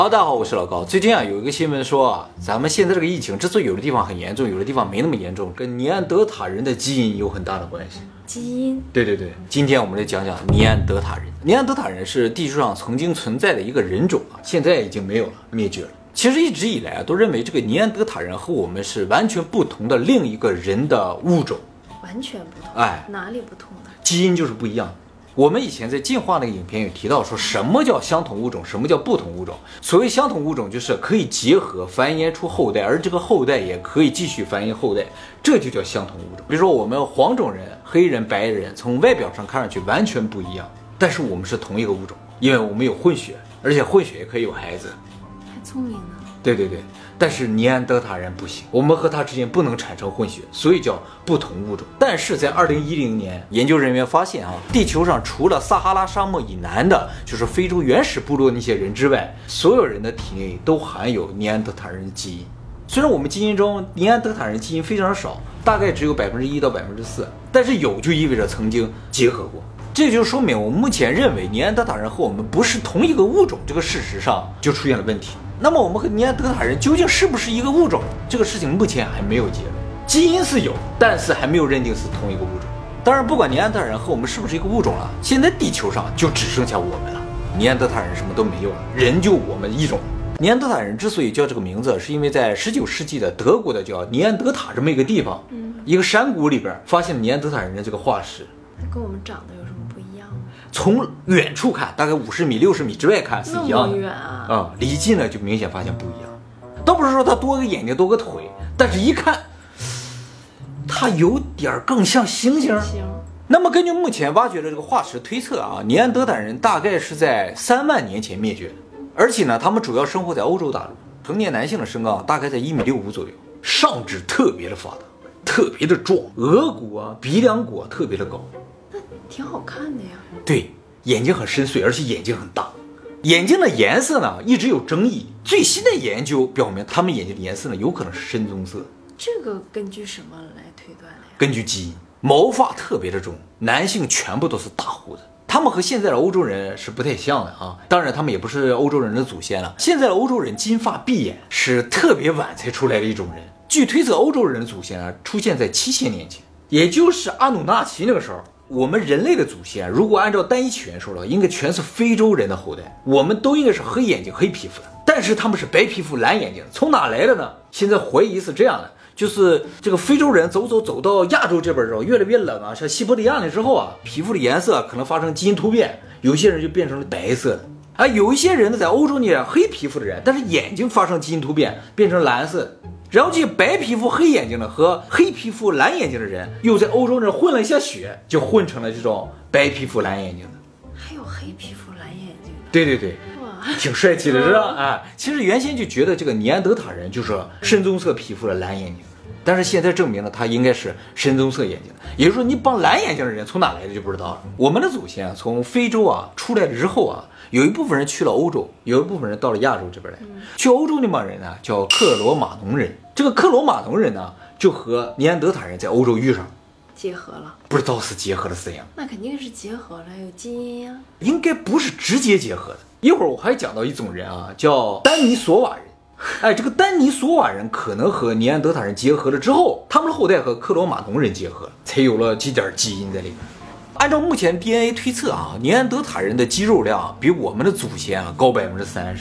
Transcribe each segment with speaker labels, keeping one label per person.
Speaker 1: 大家好，我是老高。最近有一个新闻说咱们现在这个疫情之所以有的地方很严重，有的地方没那么严重，跟尼安德塔人的基因有很大的关系。
Speaker 2: 基因？
Speaker 1: 对，今天我们来讲讲尼安德塔人。尼安德塔人是地球上曾经存在的一个人种现在已经没有了，灭绝了。其实一直以来都认为这个尼安德塔人和我们是完全不同的另一个人的物种。
Speaker 2: 完全不同？哪里不同呢？
Speaker 1: 基因就是不一样。我们以前在进化那个影片有提到说什么叫相同物种，什么叫不同物种。所谓相同物种就是可以结合繁衍出后代，而这个后代也可以继续繁衍后代，这就叫相同物种。比如说我们黄种人、黑人、白人从外表上看上去完全不一样，但是我们是同一个物种，因为我们有混血，而且混血也可以有孩子。
Speaker 2: 还聪明呢。对，
Speaker 1: 但是尼安德塔人不行，我们和他之间不能产生混血，所以叫不同物种。但是在2010年，研究人员发现地球上除了撒哈拉沙漠以南的，就是非洲原始部落那些人之外，所有人的体内都含有尼安德塔人的基因。虽然我们基因中尼安德塔人基因非常少，大概只有1%到4%，但是有就意味着曾经结合过。这就说明我们目前认为尼安德塔人和我们不是同一个物种这个事实上就出现了问题。那么我们和尼安德塔人究竟是不是一个物种，这个事情目前还没有结论。基因是有，但是还没有认定是同一个物种。当然不管尼安德塔人和我们是不是一个物种了，现在地球上就只剩下我们了，尼安德塔人什么都没有了，人就我们一种。尼安德塔人之所以叫这个名字，是因为在19世纪的德国的叫尼安德塔这么一个地方，一个山谷里边发现了尼安德塔人的这个化石。
Speaker 2: 跟我们长得有什么不一样？
Speaker 1: 从远处看，大概50米、60米之外看是一样的，
Speaker 2: 那么远啊！
Speaker 1: 离近了就明显发现不一样。倒不是说它多个眼睛多个腿，但是一看，它有点更像猩猩。那么根据目前挖掘的这个化石推测尼安德塔人大概是在3万年前灭绝的，而且呢，他们主要生活在欧洲大陆。成年男性的身高大概在1.65米左右，上肢特别的发达，特别的壮，额骨鼻梁骨特别的高。
Speaker 2: 挺好看的呀。
Speaker 1: 对，眼睛很深邃，而且眼睛很大。眼睛的颜色呢一直有争议，最新的研究表明他们眼睛的颜色呢有可能是深棕色。
Speaker 2: 这个根据什么来推断的呀？
Speaker 1: 根据基因。毛发特别的重，男性全部都是大胡子。他们和现在的欧洲人是不太像的当然他们也不是欧洲人的祖先了。现在的欧洲人金发碧眼，是特别晚才出来的一种人。据推测，欧洲人的祖先出现在7000年前，也就是阿努纳奇那个时候。我们人类的祖先如果按照单一起源说的话，应该全是非洲人的后代，我们都应该是黑眼睛黑皮肤的，但是他们是白皮肤蓝眼睛，从哪来的呢？现在怀疑是这样的，就是这个非洲人走到亚洲这边之后，越来越冷像西伯利亚了之后皮肤的颜色可能发生基因突变，有些人就变成了白色的有一些人呢在欧洲呢黑皮肤的人，但是眼睛发生基因突变变成蓝色的。然后这些白皮肤黑眼睛的和黑皮肤蓝眼睛的人又在欧洲那混了一下血，就混成了这种白皮肤蓝眼睛的。
Speaker 2: 还有黑皮肤蓝眼睛的？
Speaker 1: 对，哇，挺帅气的是吧？其实原先就觉得这个尼安德塔人就是深棕色皮肤的蓝眼睛，但是现在证明了他应该是深棕色眼睛的。也就是说你帮蓝眼睛的人从哪来的就不知道了。我们的祖先从非洲出来了之后有一部分人去了欧洲，有一部分人到了亚洲这边来。去欧洲那帮人呢叫克罗马农人，这个克罗马农人呢就和尼安德塔人在欧洲遇上，
Speaker 2: 结合了。不
Speaker 1: 知道是结合了怎样？
Speaker 2: 那肯定是结合了，有基因呀。
Speaker 1: 应该不是直接结合的。一会儿我还讲到一种人叫丹尼索瓦人。这个丹尼索瓦人可能和尼安德塔人结合了之后，他们的后代和克罗马农人结合，才有了几点基因在里面。按照目前 DNA 推测尼安德塔人的肌肉量比我们的祖先高30%。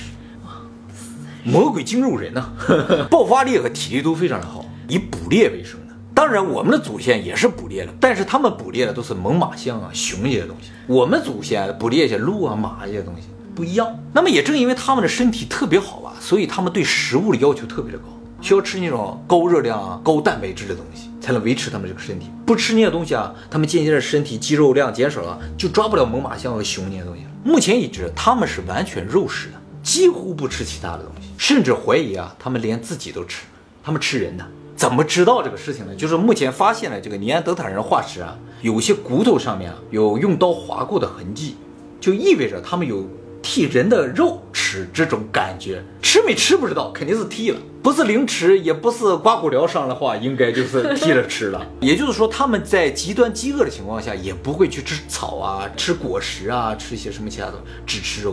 Speaker 1: 魔鬼精肉人爆发力和体力都非常的好，以捕猎为生的。当然我们的祖先也是捕猎的，但是他们捕猎的都是猛犸象熊这些东西，我们祖先捕猎一些鹿马这些东西不一样。那么也正因为他们的身体特别好所以他们对食物的要求特别的高，需要吃那种高热量高蛋白质的东西才能维持他们这个身体。不吃那些东西他们渐渐的身体肌肉量减少了，就抓不了猛犸象和熊那些东西了。目前已知他们是完全肉食的，几乎不吃其他的东西，甚至怀疑他们连自己都吃，他们吃人的。怎么知道这个事情呢？就是目前发现了这个尼安德塔人化石有些骨头上面有用刀划过的痕迹，就意味着他们有替人的肉吃这种感觉。吃没吃不知道，肯定是替了，不是零吃，也不是刮骨疗伤的话，应该就是替了吃了。也就是说他们在极端饥饿的情况下也不会去吃草吃果实吃一些什么其他的，只吃肉的。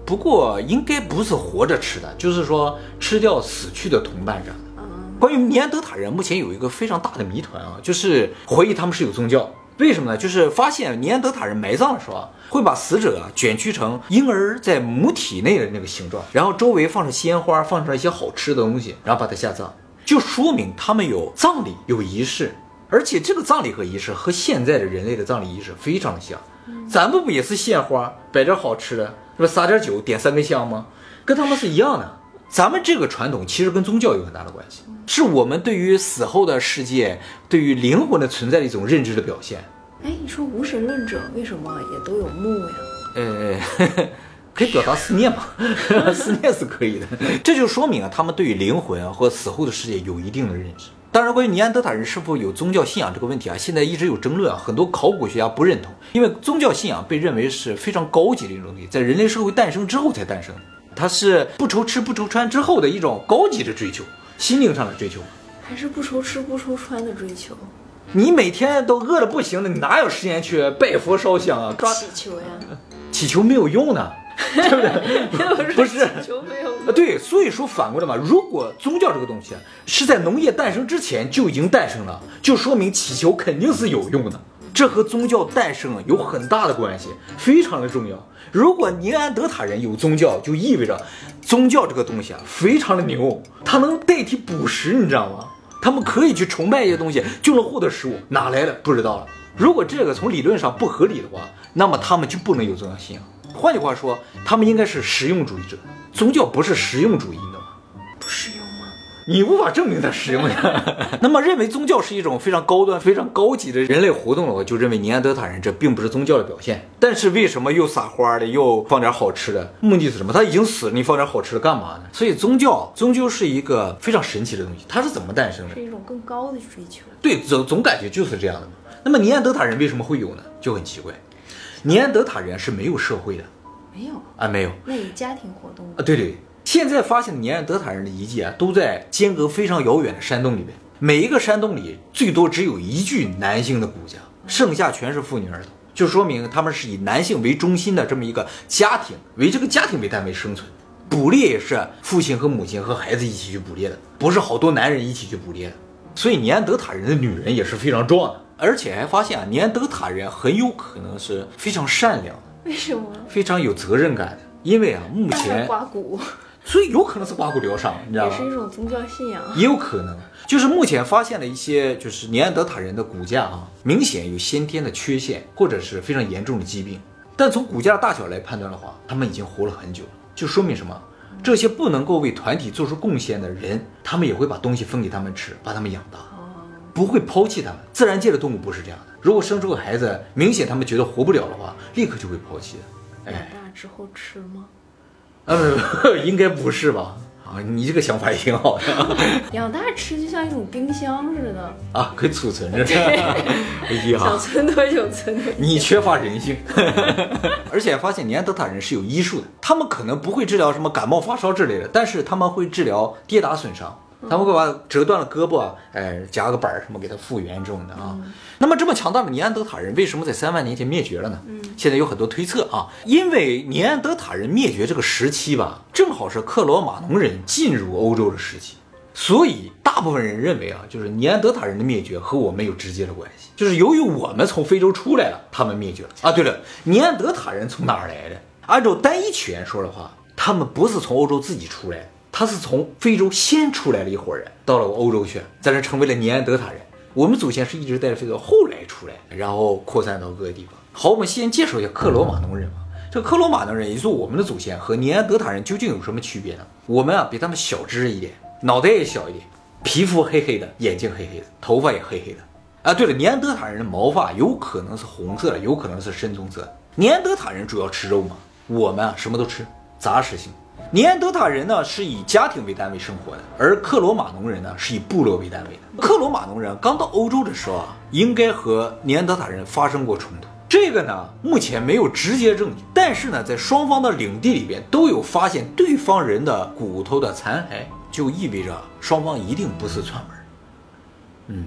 Speaker 1: 不过应该不是活着吃的，就是说吃掉死去的同伴啥的。关于尼安德塔人，目前有一个非常大的谜团啊，就是怀疑他们是有宗教。为什么呢？就是发现尼安德塔人埋葬的时候啊，会把死者卷曲成婴儿在母体内的那个形状，然后周围放上鲜花，放上一些好吃的东西，然后把它下葬，就说明他们有葬礼，有仪式。而且这个葬礼和仪式和现在的人类的葬礼仪式非常的像。咱们不也是献花，摆点好吃的，是吧？撒点酒，点3根香吗？跟他们是一样的。咱们这个传统其实跟宗教有很大的关系，是我们对于死后的世界、对于灵魂的存在的一种认知的表现。
Speaker 2: 哎，你说无神论者为什么也都有墓呀？
Speaker 1: 可以表达思念嘛？思念是可以的。这就说明啊，他们对于灵魂和死后的世界有一定的认知。当然，关于尼安德塔人是否有宗教信仰这个问题啊，现在一直有争论啊，很多考古学家不认同，因为宗教信仰被认为是非常高级的一种东西，在人类社会诞生之后才诞生的。它是不愁吃不愁穿之后的一种高级的追求，心灵上的追求，
Speaker 2: 还是不愁吃不愁穿的追求？
Speaker 1: 你每天都饿得不行了，你哪有时间去拜佛烧香啊？
Speaker 2: 祈求呀，
Speaker 1: 祈求没有用呢，对不对？不是
Speaker 2: 祈求没有用。
Speaker 1: 对，所以说反过来嘛，如果宗教这个东西是在农业诞生之前就已经诞生了，就说明祈求肯定是有用的。这和宗教诞生有很大的关系，非常的重要。如果尼安德塔人有宗教，就意味着宗教这个东西非常的牛，它能代替捕食，你知道吗？他们可以去崇拜一些东西，就能获得食物，哪来的不知道了。如果这个从理论上不合理的话，那么他们就不能有宗教信仰。换句话说，他们应该是实用主义者。宗教不是实用主义的吗？
Speaker 2: 不实用吗？
Speaker 1: 你无法证明它实用呀。那么认为宗教是一种非常高端、非常高级的人类活动的话，就认为尼安德塔人这并不是宗教的表现。但是为什么又撒花的，又放点好吃的？目的是什么？他已经死了，你放点好吃的干嘛呢？所以宗教终究是一个非常神奇的东西。它是怎么诞生的？
Speaker 2: 是一种更高的追求。
Speaker 1: 对，总感觉就是这样的。那么尼安德塔人为什么会有呢？就很奇怪，尼安德塔人是没有社会的。
Speaker 2: 没有
Speaker 1: 啊，没有。
Speaker 2: 那以家庭活动
Speaker 1: 啊，对。现在发现的尼安德塔人的遗迹都在间隔非常遥远的山洞里面，每一个山洞里最多只有一具男性的骨架，剩下全是妇女儿童，就说明他们是以男性为中心的这么一个家庭，为这个家庭为单位生存。捕猎也是父亲和母亲和孩子一起去捕猎的，不是好多男人一起去捕猎的。所以尼安德塔人的女人也是非常壮的，而且还发现尼安德塔人很有可能是非常善良的。
Speaker 2: 为什么？
Speaker 1: 非常有责任感的，因为目前
Speaker 2: 刮骨，
Speaker 1: 所以有可能是刮骨疗伤，你知道吗？
Speaker 2: 也是一种宗教信仰，
Speaker 1: 也有可能就是目前发现了一些就是尼安德塔人的骨架明显有先天的缺陷，或者是非常严重的疾病。但从骨架大小来判断的话，他们已经活了很久了，就说明什么？这些不能够为团体做出贡献的人，他们也会把东西分给他们吃，把他们养大，不会抛弃他们。自然界的动物不是这样的，如果生出个孩子，明显他们觉得活不了的话，立刻就会抛弃的。
Speaker 2: 长大之后吃吗？
Speaker 1: 应该不是吧？啊，你这个想法也挺好的。
Speaker 2: 养大吃就像一种冰箱似的
Speaker 1: 啊，可以储存着。哎呀，
Speaker 2: 想存多久存多久。
Speaker 1: 你缺乏人性。而且发现尼安德塔人是有医术的，他们可能不会治疗什么感冒发烧之类的，但是他们会治疗跌打损伤。他们会把折断了胳膊夹个板什么给它复原这种的啊。那么这么强大的尼安德塔人为什么在3万年前灭绝了呢？现在有很多推测啊，因为尼安德塔人灭绝这个时期吧，正好是克罗马农人进入欧洲的时期，所以大部分人认为就是尼安德塔人的灭绝和我们有直接的关系，就是由于我们从非洲出来了，他们灭绝了啊。对了，尼安德塔人从哪儿来的？按照单一起源说的话，他们不是从欧洲自己出来的。他是从非洲先出来了一伙人，到了欧洲去，在这成为了尼安德塔人。我们祖先是一直在非洲，后来出来，然后扩散到各个地方。好，我们先介绍一下克罗马农人吧。这个克罗马农人，也就是我们的祖先，和尼安德塔人究竟有什么区别呢？我们比他们小只一点，脑袋也小一点，皮肤黑黑的，眼睛黑黑的，头发也黑黑的。啊，对了，尼安德塔人的毛发有可能是红色的，有可能是深棕色的。尼安德塔人主要吃肉嘛，我们什么都吃，杂食性。尼安德塔人呢是以家庭为单位生活的，而克罗马农人呢是以部落为单位的。克罗马农人刚到欧洲的时候应该和尼安德塔人发生过冲突。这个呢目前没有直接证据，但是呢在双方的领地里边都有发现对方人的骨头的残骸，就意味着双方一定不是串门。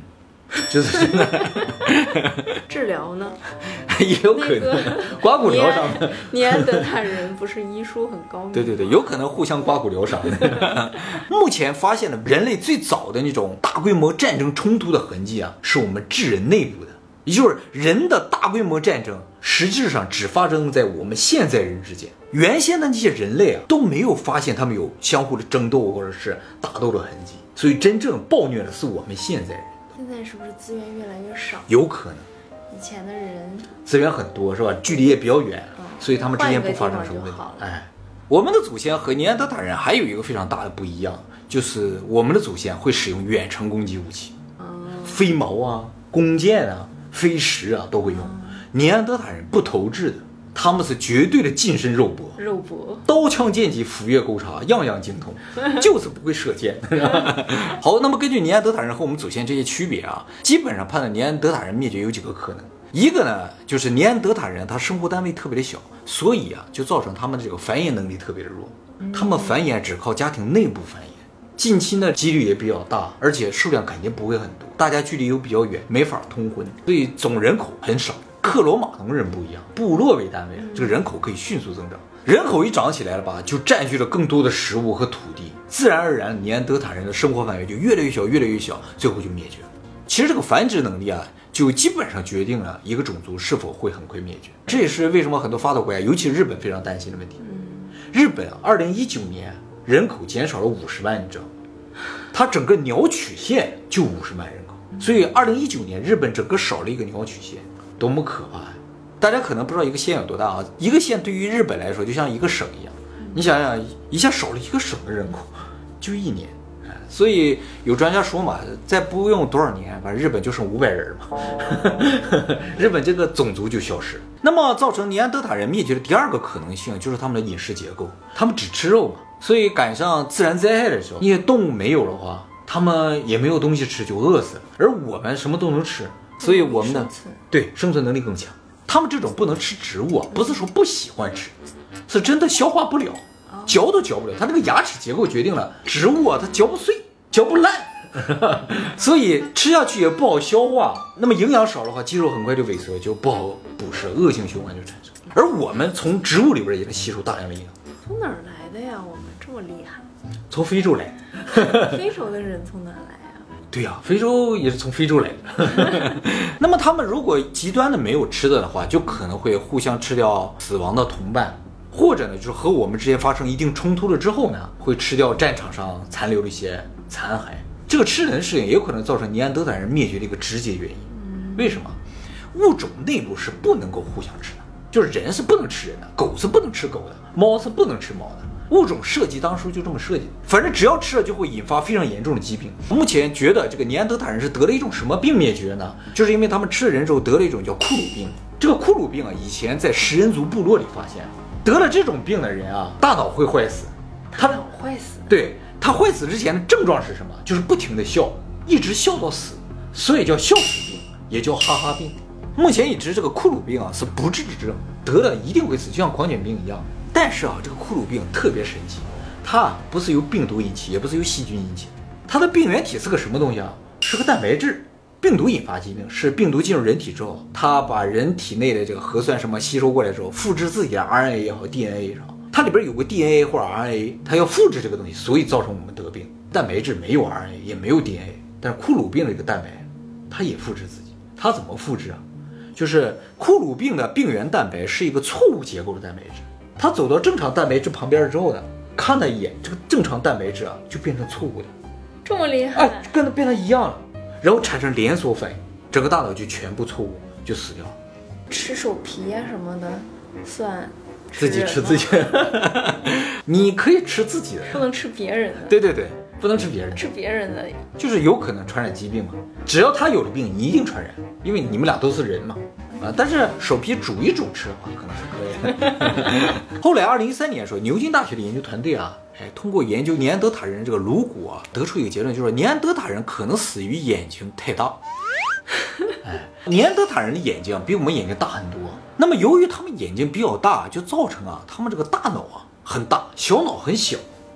Speaker 1: 就是真的
Speaker 2: 治疗呢？
Speaker 1: 也有可能刮骨疗伤的。
Speaker 2: 尼安德塔人不是医术很高明？
Speaker 1: 对对对，有可能互相刮骨疗伤的。目前发现的人类最早的那种大规模战争冲突的痕迹啊，是我们智人内部的，也就是人的大规模战争实质上只发生在我们现在人之间。原先的那些人类啊都没有发现他们有相互的争斗或者是打斗的痕迹，所以真正暴虐的是我们现在人。
Speaker 2: 现在是不是资源越来越少？
Speaker 1: 有可能。
Speaker 2: 以前的人
Speaker 1: 资源很多是吧？距离也比较远，所以他们之间不发生什么问题。哎，我们的祖先和尼安德塔人还有一个非常大的不一样，就是我们的祖先会使用远程攻击武器，飞矛啊、弓箭啊、飞石啊都会用。尼安德塔人不投掷的，他们是绝对的近身肉搏，刀枪剑戟斧钺钩叉样样精通，就是不会射箭。好，那么根据尼安德塔人和我们祖先这些区别啊，基本上判断尼安德塔人灭绝有几个可能。一个呢，就是尼安德塔人他生活单位特别的小，所以啊，就造成他们这个繁衍能力特别的弱，他们繁衍只靠家庭内部繁衍，近亲的几率也比较大，而且数量肯定不会很多，大家距离又比较远，没法通婚，所以总人口很少。克罗马农人不一样，部落为单位，这个人口可以迅速增长。人口一涨起来了吧，就占据了更多的食物和土地，自然而然尼安德塔人的生活范围就越来越小，越来越小，最后就灭绝了。其实这个繁殖能力啊，就基本上决定了一个种族是否会很快灭绝。这也是为什么很多发达国家，尤其是日本非常担心的问题。日本2019年人口减少了50万，你知道吗？它整个鸟取县就50万人口，所以2019年日本整个少了一个鸟取县，多么可怕呀！大家可能不知道一个县有多大啊，一个县对于日本来说就像一个省一样，你想想一下少了一个省的人口，就1年。所以有专家说嘛，再不用多少年，反正日本就剩500人嘛，日本这个种族就消失了。那么造成尼安德塔人灭绝的第二个可能性就是他们的饮食结构，他们只吃肉嘛，所以赶上自然灾害的时候，那些动物没有的话，他们也没有东西吃，就饿死了。而我们什么都能吃，所以我们的对生存能力更强。他们这种不能吃植物啊，不是说不喜欢吃，是真的消化不了，嚼都嚼不了。它这个牙齿结构决定了植物啊，它嚼不碎，嚼不烂，所以吃下去也不好消化。那么营养少的话，肌肉很快就萎缩，就不好捕食，恶性循环就产生。而我们从植物里边也能吸收大量的营养。
Speaker 2: 从哪儿来的呀？我们这么厉害？
Speaker 1: 从非洲来。
Speaker 2: 非洲的人从哪来呀？
Speaker 1: 对呀，非洲也是从非洲来的。那么他们如果极端的没有吃的话，就可能会互相吃掉死亡的同伴，或者呢，就是和我们之间发生一定冲突了之后呢，会吃掉战场上残留的一些残骸。这个吃人事情也有可能造成尼安德塔人灭绝的一个直接原因。为什么？物种内部是不能够互相吃的，就是人是不能吃人的，狗是不能吃狗的，猫是不能吃猫的。物种设计当初就这么设计的，反正只要吃了就会引发非常严重的疾病。目前觉得这个尼安德塔人是得了一种什么病灭绝呢？就是因为他们吃了人之后得了一种叫库鲁病。这个库鲁病啊，以前在食人族部落里发现，得了这种病的人啊，大脑会坏死。
Speaker 2: 大脑坏死？
Speaker 1: 对，他坏死之前的症状是什么？就是不停的笑，一直笑到死，所以叫笑死病，也叫哈哈病。目前已知这个库鲁病啊是不治之症，得了一定会死，就像狂犬病一样。但是啊，这个库鲁病特别神奇，它不是由病毒引起，也不是由细菌引起，它的病原体是个什么东西啊？是个蛋白质。病毒引发疾病是病毒进入人体之后，它把人体内的这个核酸什么吸收过来之后，复制自己的 RNA 也好 DNA 也好，它里边有个 DNA 或者 RNA， 它要复制这个东西，所以造成我们得病。蛋白质没有 RNA 也没有 DNA， 但是库鲁病这个蛋白它也复制自己，它怎么复制啊？就是库鲁病的病原蛋白是一个错误结构的蛋白质，它走到正常蛋白质旁边之后呢，看它一眼，这个正常蛋白质啊就变成错误的，
Speaker 2: 这么厉害？
Speaker 1: 哎，跟它变得一样了，然后产生连锁反应，整个大脑就全部错误，就死掉。
Speaker 2: 吃手皮啊什么的，算
Speaker 1: 自己吃自己，你可以吃自己的，
Speaker 2: 不能吃别人的。
Speaker 1: 对对对，不能吃别人的，
Speaker 2: 吃别人的
Speaker 1: 就是有可能传染疾病嘛。只要他有了病，你一定传染，因为你们俩都是人嘛。但是手皮煮一煮吃的话，可能是可以的。后来2013年的时候，牛津大学的研究团队啊，通过研究尼安德塔人这个颅骨啊，得出一个结论，就是尼安德塔人可能死于眼睛太大。尼安德塔人的眼睛比我们眼睛大很多，那么由于他们眼睛比较大，就造成啊，他们这个大脑啊很大，小脑很小。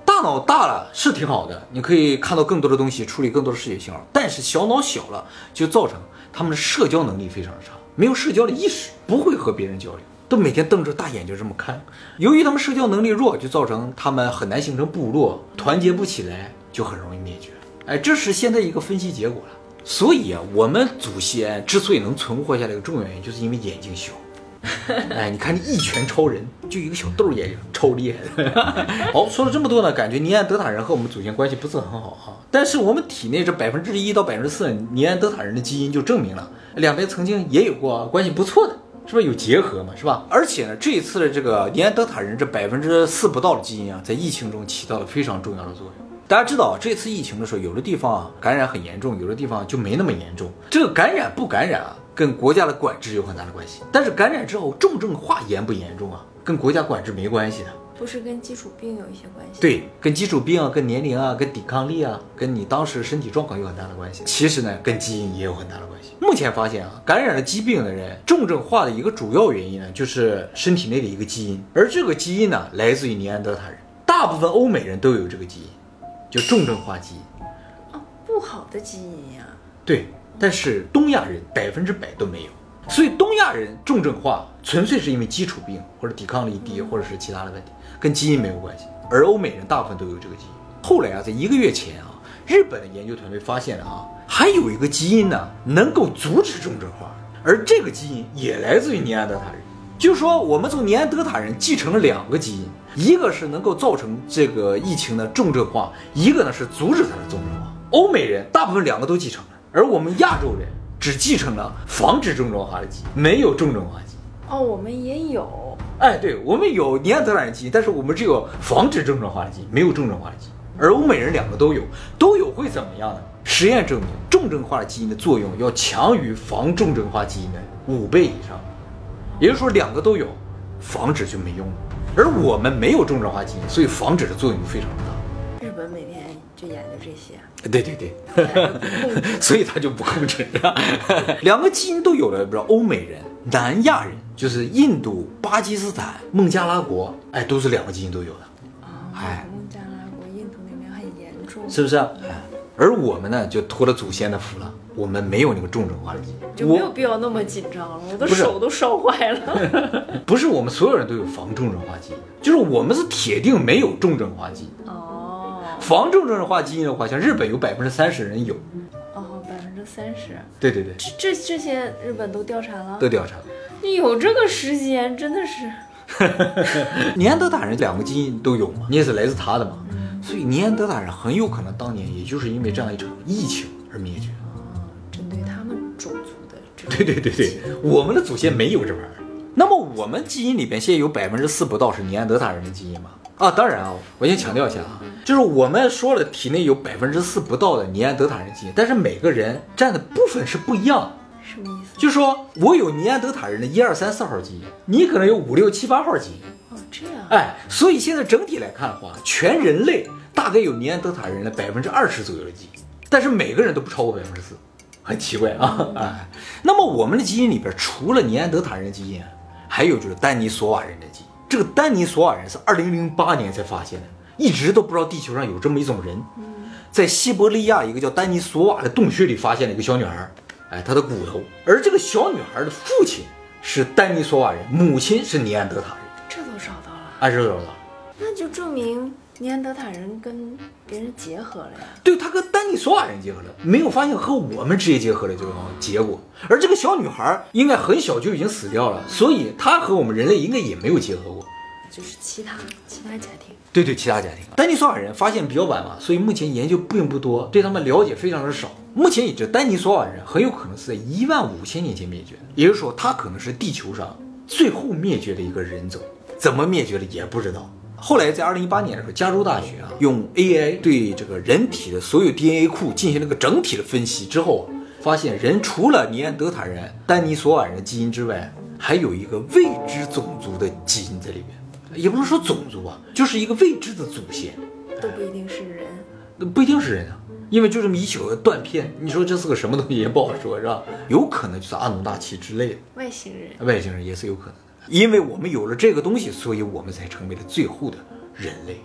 Speaker 1: 大脑大了是挺好的，你可以看到更多的东西，处理更多的视觉信号。但是小脑小了，就造成他们的社交能力非常差，没有社交的意识，不会和别人交流，都每天瞪着大眼睛这么看。由于他们社交能力弱，就造成他们很难形成部落，团结不起来，就很容易灭绝。哎，这是现在一个分析结果了。所以啊，我们祖先之所以能存活下来的重要原因，就是因为眼睛小。哎，你看你一拳超人，就一个小豆眼睛，超厉害的。好，说了这么多呢，感觉尼安德塔人和我们祖先关系不是很好哈。但是我们体内这1%到4%尼安德塔人的基因就证明了，两边曾经也有过关系不错的，是不是有结合嘛？是吧？而且呢，这一次的这个尼安德塔人这4%不到的基因啊，在疫情中起到了非常重要的作用。大家知道，这次疫情的时候，有的地方啊感染很严重，有的地方就没那么严重。这个感染不感染啊，跟国家的管制有很大的关系。但是感染之后重症化严不严重啊，跟国家管制没关系的。
Speaker 2: 不是跟基础病有一些关系？
Speaker 1: 对，跟基础病啊、跟年龄啊、跟抵抗力啊、跟你当时身体状况有很大的关系。其实呢，跟基因也有很大的关系。目前发现啊，感染了疾病的人重症化的一个主要原因呢，就是身体内的一个基因，而这个基因呢，来自于尼安德塔人。大部分欧美人都有这个基因，就重症化基因。
Speaker 2: 哦，不好的基因呀。
Speaker 1: 对，但是东亚人100%都没有。所以东亚人重症化纯粹是因为基础病或者抵抗力低，或者是其他的问题，跟基因没有关系。而欧美人大部分都有这个基因。后来啊，在1个月前啊，日本的研究团队发现了啊，还有一个基因呢，能够阻止重症化，而这个基因也来自于尼安德塔人。就是说，我们从尼安德塔人继承了2个基因，一个是能够造成这个疫情的重症化，一个呢是阻止它的重症化。欧美人大部分2个都继承了，而我们亚洲人只继承了防止重症化的基因，没有重症化基因。
Speaker 2: 哦，我们也有。
Speaker 1: 哎，对，我们有尼安德塔人基因，但是我们只有防止重症化的基因，没有重症化的基因。而欧美人2个都有会怎么样呢？实验证明，重症化基因的作用要强于防重症化基因的5倍以上。也就是说2个都有，防止就没用了。而我们没有重症化基因，所以防止的作用就非常的大。
Speaker 2: 日本每天就研究这些。
Speaker 1: 对，所以他就不控制。2个基因都有了，比如欧美人、南亚人，就是印度、巴基斯坦、孟加拉国，哎，都是2个基因都有的。
Speaker 2: 哎，孟加拉国、印度那边很严重，
Speaker 1: 是不是？而我们呢，就托了祖先的福了，我们没有那个重症化的基因，
Speaker 2: 就没有必要那么紧张了，我的手都烧坏了。
Speaker 1: 不是我们所有人都有防重症化基因，就是我们是铁定没有重症化基因。
Speaker 2: 哦，
Speaker 1: 防重症化基因的话，像日本有30%人有。
Speaker 2: 哦，30%。
Speaker 1: 对。
Speaker 2: 这些日本都调查了？
Speaker 1: 都调查了。
Speaker 2: 你有这个时间，真的是。
Speaker 1: 尼安德塔人2个基因都有嘛，你也是来自他的嘛。所以尼安德塔人很有可能当年也就是因为这样一场疫情而灭绝。
Speaker 2: 针对他们种族的这
Speaker 1: 种。对，我们的祖先没有这玩意儿。那么我们基因里边现在有4%不到是尼安德塔人的基因吗？啊，当然啊，我先强调一下啊，就是我们说了体内有4%不到的尼安德塔人基因，但是每个人占的部分是不一样的。
Speaker 2: 什么意思？
Speaker 1: 就是说我有尼安德塔人的1、2、3、4号基因，你可能有5、6、7、8号基因。
Speaker 2: 哦，这样。
Speaker 1: 哎，所以现在整体来看的话，全人类大概有尼安德塔人的20%左右的基因，但是每个人都不超过4%，很奇怪啊！哎，那么我们的基因里边除了尼安德塔人的基因，还有就是丹尼索瓦人的基因。这个丹尼索瓦人是2008年才发现的，一直都不知道地球上有这么一种人。在西伯利亚一个叫丹尼索瓦的洞穴里发现了一个小女孩，哎，她的骨头，而这个小女孩的父亲是丹尼索瓦人，母亲是尼安德塔人。
Speaker 2: 这都找到了？
Speaker 1: 哎，这找到了。
Speaker 2: 那就证明尼安德塔人跟别人结合了呀。
Speaker 1: 对，他跟丹尼索瓦人结合了，没有发现和我们直接结合的这种结果。而这个小女孩应该很小就已经死掉了，所以她和我们人类应该也没有结合过，
Speaker 2: 就是其他家庭。
Speaker 1: 对，其他家庭。丹尼索瓦人发现比较晚嘛，所以目前研究并不多，对他们了解非常的少。目前已知丹尼索瓦人很有可能是在15000年前灭绝的，也就是说他可能是地球上最后灭绝的一个人种，怎么灭绝的也不知道。后来在2018年的时候，加州大学用 AI 对这个人体的所有 DNA 库进行了个整体的分析之后，发现人除了尼安德塔人、丹尼索瓦人的基因之外，还有一个未知种族的基因在里边，也不能说种族吧，就是一个未知的祖先，
Speaker 2: 都不一定是人，
Speaker 1: 不一定是人啊，因为就这么一小个断片，你说这是个什么东西也不好说，是吧？有可能就是阿努纳奇之类的
Speaker 2: 外星人，
Speaker 1: 外星人也是有可能的。因为我们有了这个东西，所以我们才成为了最后的人类。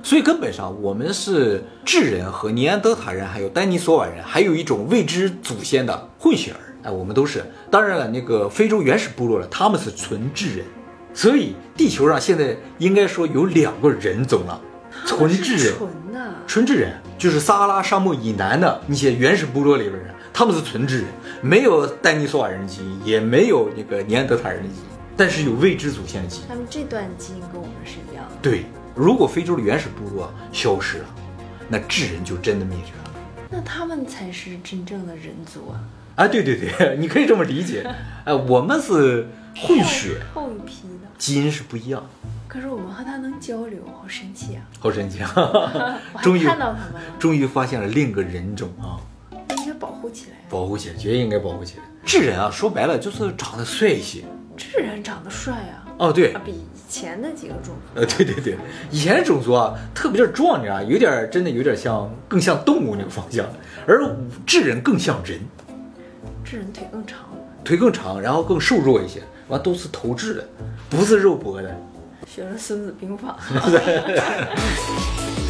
Speaker 1: 所以根本上我们是智人和尼安德塔人还有丹尼索瓦人还有一种未知祖先的混血儿。哎，我们都是。当然了，那个非洲原始部落了，他们是纯智人。所以地球上现在应该说有2个人种了，纯智人。纯智人就是撒哈拉沙漠以南的一些原始部落里边人，他们是纯智人，没有丹尼索瓦人的基因，也没有那个尼安德塔人的基因，但是有未知祖先的基因。
Speaker 2: 他们这段基因跟我们是一样的。
Speaker 1: 对，如果非洲的原始部落消失了，那智人就真的灭绝了。
Speaker 2: 那他们才是真正的人族啊！
Speaker 1: 啊，对对对，你可以这么理解。哎，我们是混血，
Speaker 2: 后一批的，
Speaker 1: 基因是不一样。
Speaker 2: 可是我们和他能交流，好神奇啊！
Speaker 1: 好神奇啊！
Speaker 2: 我还看到他们了，
Speaker 1: 终于发现了另一个人种啊！
Speaker 2: 应该保护起来，
Speaker 1: 保护起来，绝对应该保护起来。智人啊，说白了就是长得帅一些。
Speaker 2: 智人长得帅啊！
Speaker 1: 哦，对，
Speaker 2: 比以前的几个种族，
Speaker 1: 对对对，以前的种族啊，特别的壮，你知道，有点真的有点像，更像动物那个方向，而智人更像人。
Speaker 2: 智人腿更长，
Speaker 1: 腿更长，然后更瘦弱一些，完都是头质的，不是肉搏的。
Speaker 2: 学了《孙子兵法》。